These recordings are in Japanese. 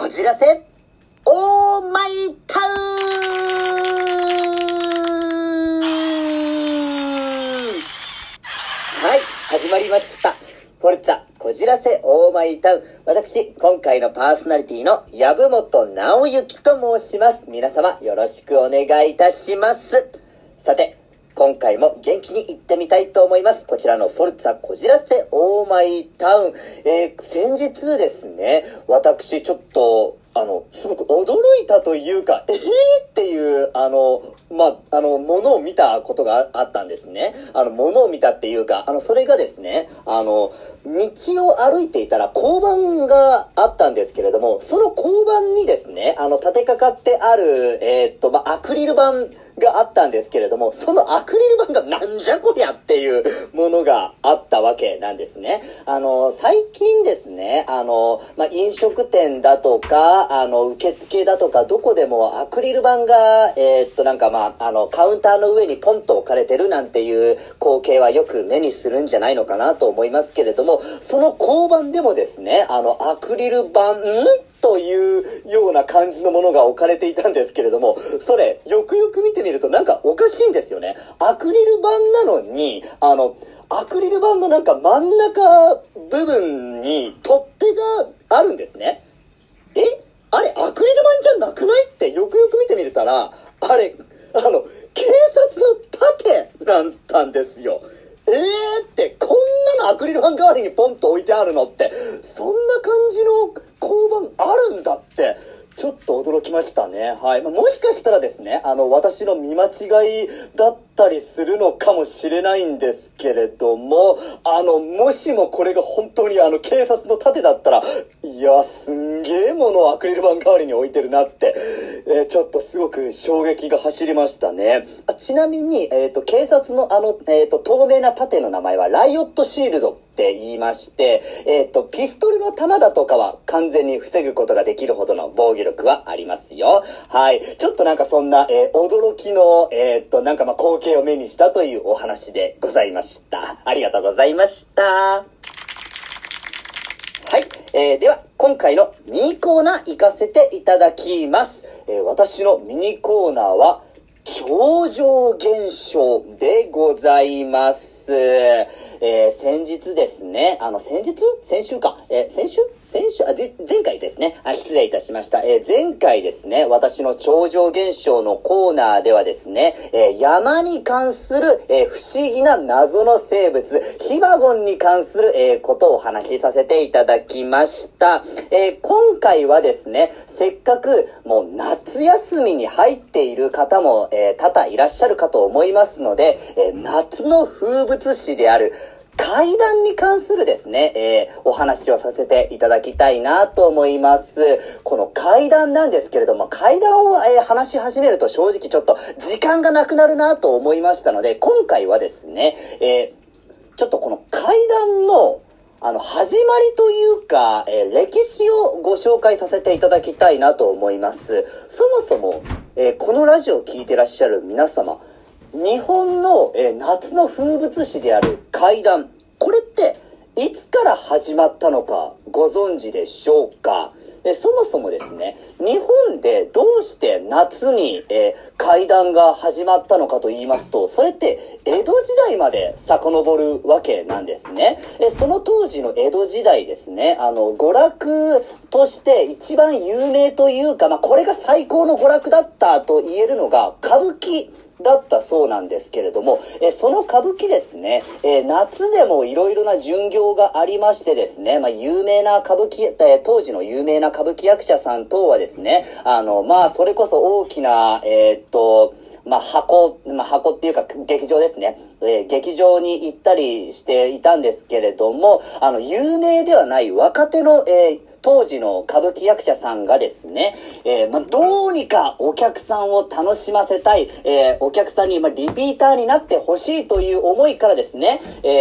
こじらせオーマイタウン。はい、始まりました。フォルツァこじらせオーマイタウン。私、今回のパーソナリティの籔本直之と申します。皆様よろしくお願いいたします。さて、今回も元気に行ってみたいと思います。こちらのフォルツァこじらせオーマイタウン。先日ですね、私ちょっと、すごく驚いたというか、っていう、ものを見たことがあったんですね。ものを見たっていうか、それがですね、道を歩いていたら交番があったんですけれども、その交番にですね、立てかかってある、アクリル板があったんですけれども、そのアクリル板がなんじゃこりゃっていうものがあったわけなんですね。最近ですね、飲食店だとか、受付だとか、どこでもアクリル板が、カウンターの上にポンと置かれてるなんていう光景はよく目にするんじゃないのかなと思いますけれども、その交番でもですね、アクリル板、というような感じのものが置かれていたんですけれども、それ、よくよく見てみるとなんかおかしいんですよね。アクリル板なのに、アクリル板のなんか真ん中部分に取っ手があるんですね。あれ、アクリル板じゃなくないってよくよく見てみたら、あれ、警察の盾だったんですよ。ってこんなのアクリル板代わりにポンと置いてあるのって、そんな感じの交番あるんだってちょっと驚きましたね。はい。もしかしたらですね、私の見間違いだったりするのかもしれないんですけれども、もしもこれが本当に警察の盾だったら、いや、すんげえものをアクリル板代わりに置いてるなって、ちょっとすごく衝撃が走りましたね。ちなみに、警察の透明な盾の名前はライオットシールドって言いまして、ピストルの弾だとかは完全に防ぐことができるほどの防御力はありますよ。はい。ちょっとなんかそんな、驚きの、光景を目にしたというお話でございました。ありがとうございました。はい。では、今回のミニコーナー行かせていただきます。私のミニコーナーは、超常現象でございます。先日ですね、先週か。前回ですね。失礼いたしました。前回ですね、私の超常現象のコーナーではですね、山に関する、不思議な謎の生物、ヒバゴンに関する、ことをお話しさせていただきました。今回はですね、せっかくもう夏休みに入っている方も、多々いらっしゃるかと思いますので、夏の風物詩である怪談に関するですね、お話をさせていただきたいなと思います。この怪談なんですけれども、怪談を、話し始めると正直ちょっと時間がなくなるなと思いましたので、今回はですね、ちょっとこの怪談の始まりというか、歴史をご紹介させていただきたいなと思います。そもそも、このラジオを聞いてらっしゃる皆様、日本の、夏の風物詩である怪談、これっていつから始まったのかご存知でしょうか。そもそもですね、日本でどうして夏に、怪談が始まったのかと言いますと、それって江戸時代まで遡るわけなんですね。その当時の江戸時代ですね、娯楽として一番有名というか、これが最高の娯楽だったと言えるのが歌舞伎だったそうなんですけれども、その歌舞伎ですね、夏でもいろいろな巡業がありましてですね、有名な歌舞伎、当時の有名な歌舞伎役者さん等はですね、それこそ大きな、箱っていうか劇場ですね、劇場に行ったりしていたんですけれども、有名ではない若手の、当時の歌舞伎役者さんがですね、どうにかお客さんを楽しませたい、お客さんにリピーターになってほしいという思いからですね、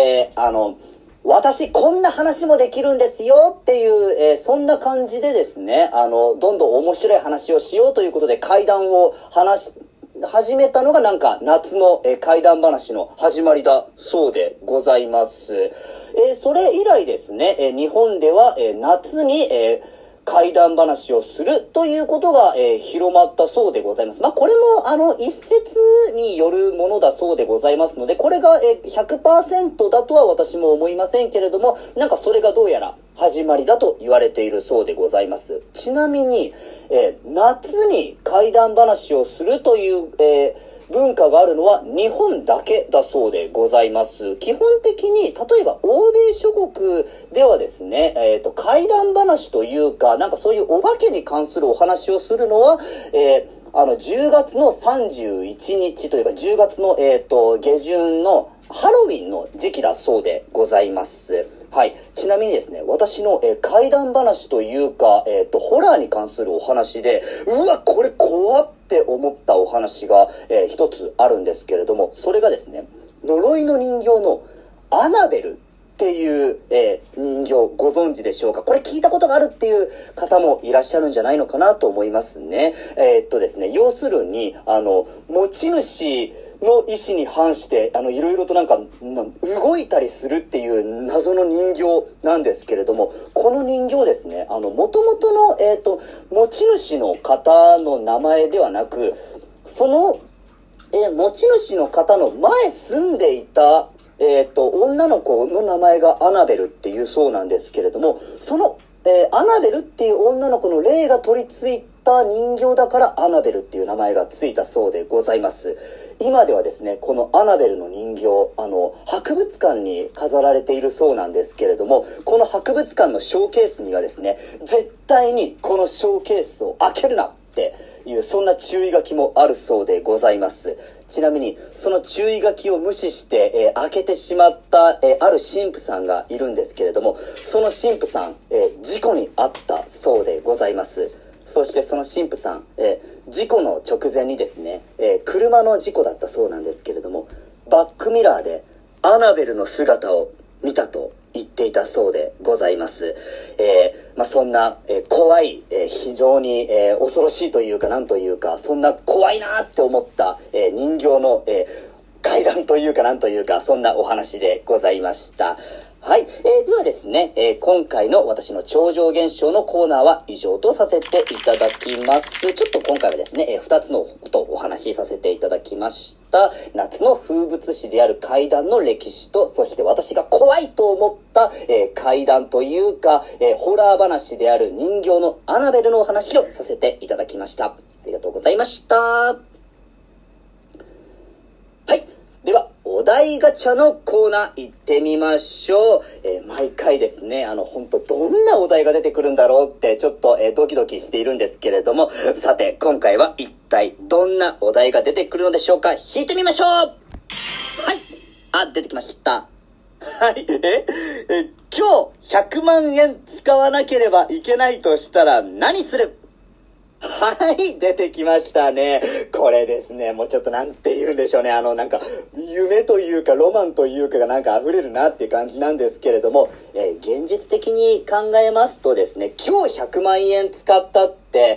私こんな話もできるんですよっていう、そんな感じでですね、どんどん面白い話をしようということで怪談を始めたのがなんか夏の、怪談話の始まりだそうでございます。それ以来ですね、日本では、夏に、歌怪談話をするということが、広まったそうでございます。これも一説によるものだそうでございますので、これが、100% だとは私も思いませんけれども、なんかそれがどうやら始まりだと言われているそうでございます。ちなみに、夏に怪談話をするという、文化があるのは日本だけだそうでございます。基本的に、例えば欧米諸国ではですね、怪談話というか、なんかそういうお化けに関するお話をするのは、10月の31日というか、10月の、下旬のハロウィンの時期だそうでございます。はい。ちなみにですね、私の、怪談話というか、ホラーに関するお話で、うわ、これ怖って思ったお話が、一つあるんですけれども、それがですね、呪いの人形のアナベルっていう、人形ご存知でしょうか。これ聞いたことがあるっていう方もいらっしゃるんじゃないのかなと思いますね。ですね、要するに、持ち主の意思に反して、いろいろとなんか、動いたりするっていう謎の人形なんですけれども、この人形ですね、元々の、持ち主の方の名前ではなく、その、持ち主の方の前住んでいた、女の子の名前がアナベルっていうそうなんですけれども、その、アナベルっていう女の子の霊が取り付いた人形だからアナベルっていう名前がついたそうでございます。今ではですね、このアナベルの人形、博物館に飾られているそうなんですけれども、この博物館のショーケースにはですね、絶対にこのショーケースを開けるなっていう、そんな注意書きもあるそうでございます。ちなみに、その注意書きを無視して、開けてしまった、ある神父さんがいるんですけれども、その神父さん、事故に遭ったそうでございます。そしてその神父さん、事故の直前にですね、車の事故だったそうなんですけれども、バックミラーでアナベルの姿を見たと言っていたそうでございます。そんな、怖い、非常に、恐ろしいというかなんというか、そんな怖いなって思った、人形の、怪談というかなんというか、そんなお話でございました。はい。ではですね、今回の私の超常現象のコーナーは以上とさせていただきます。ちょっと今回はですね、2つのことをお話しさせていただきました。夏の風物詩である怪談の歴史と、そして私が怖いと思った、怪談というか、ホラー話である人形のアナベルのお話をさせていただきました。ありがとうございました。はい。では、お題ガチャのコーナー行ってみましょう。毎回ですね、本当どんなお題が出てくるんだろうってちょっと、ドキドキしているんですけれども、さて、今回は一体どんなお題が出てくるのでしょうか。引いてみましょう。はい。あ、出てきました。はい。今日100万円使わなければいけないとしたら何する？はい、出てきましたね。これですね、もうちょっとなんて言うんでしょうね。なんか、夢というかロマンというかがなんか溢れるなっていう感じなんですけれども、現実的に考えますとですね、今日100万円使ったって、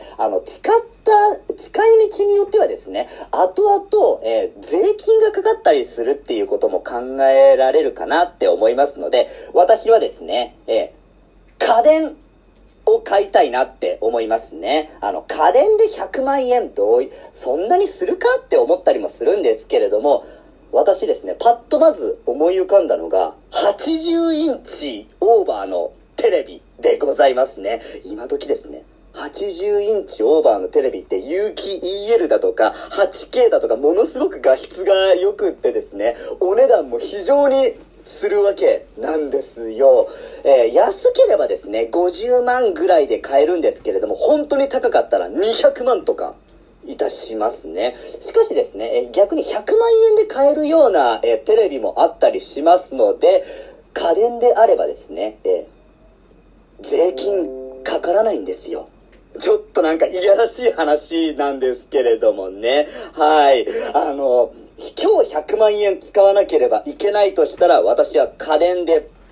使い道によってはですね、後々、税金がかかったりするっていうことも考えられるかなって思いますので、私はですね、家電を買いたいなって思いますね。家電で100万円そんなにするかって思ったりもするんですけれども、私ですね、パッとまず思い浮かんだのが、80インチオーバーのテレビでございますね。今時ですね、80インチオーバーのテレビって有機 EL だとか 8K だとかものすごく画質が良くってですね、お値段も非常にするわけなんですよ。安ければですね、50万ぐらいで買えるんですけれども、本当に高かったら200万とかいたしますね。しかしですね、逆に100万円で買えるような、テレビもあったりしますので、家電であればですね、税金かからないんですよ。ちょっとなんかいやらしい話なんですけれどもね。はい。今日100万円使わなければいけないとしたら、私は家電で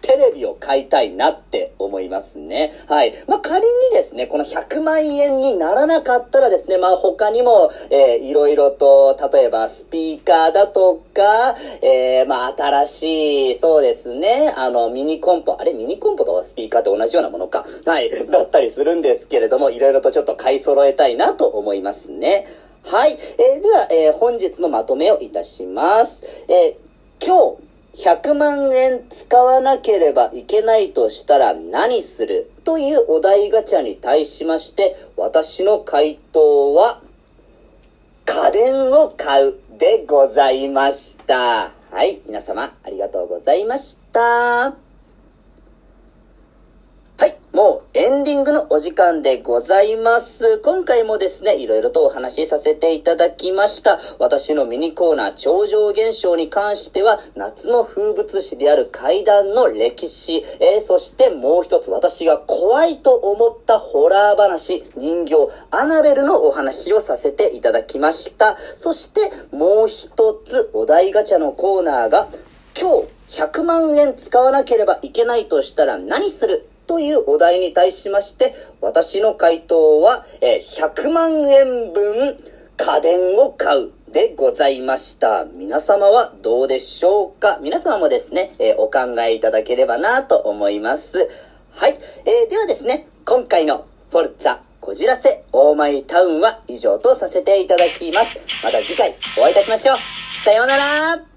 テレビを買いたいなって思いますね。はい。仮にですね、この100万円にならなかったらですね、他にも、いろいろと、例えばスピーカーだとか、新しい、そうですね、ミニコンポとスピーカーって同じようなものか。はい。だったりするんですけれども、いろいろとちょっと買い揃えたいなと思いますね。はい。では、本日のまとめをいたします。今日、100万円使わなければいけないとしたら何するというお題ガチャに対しまして、私の回答は、家電を買うでございました。はい。皆様、ありがとうございました。はい。もうエンディングのお時間でございます。今回もですね、いろいろとお話しさせていただきました。私のミニコーナー超常現象に関しては、夏の風物詩である怪談の歴史、そしてもう一つ私が怖いと思ったホラー話、人形、アナベルのお話をさせていただきました。そしてもう一つお題ガチャのコーナーが、今日100万円使わなければいけないとしたら何するというお題に対しまして、私の回答は、100万円分家電を買うでございました。皆様はどうでしょうか？皆様もですね、お考えいただければなと思います。はい。ではですね、今回のフォルツァこじらせオーマイタウンは以上とさせていただきます。また次回お会いいたしましょう。さようなら。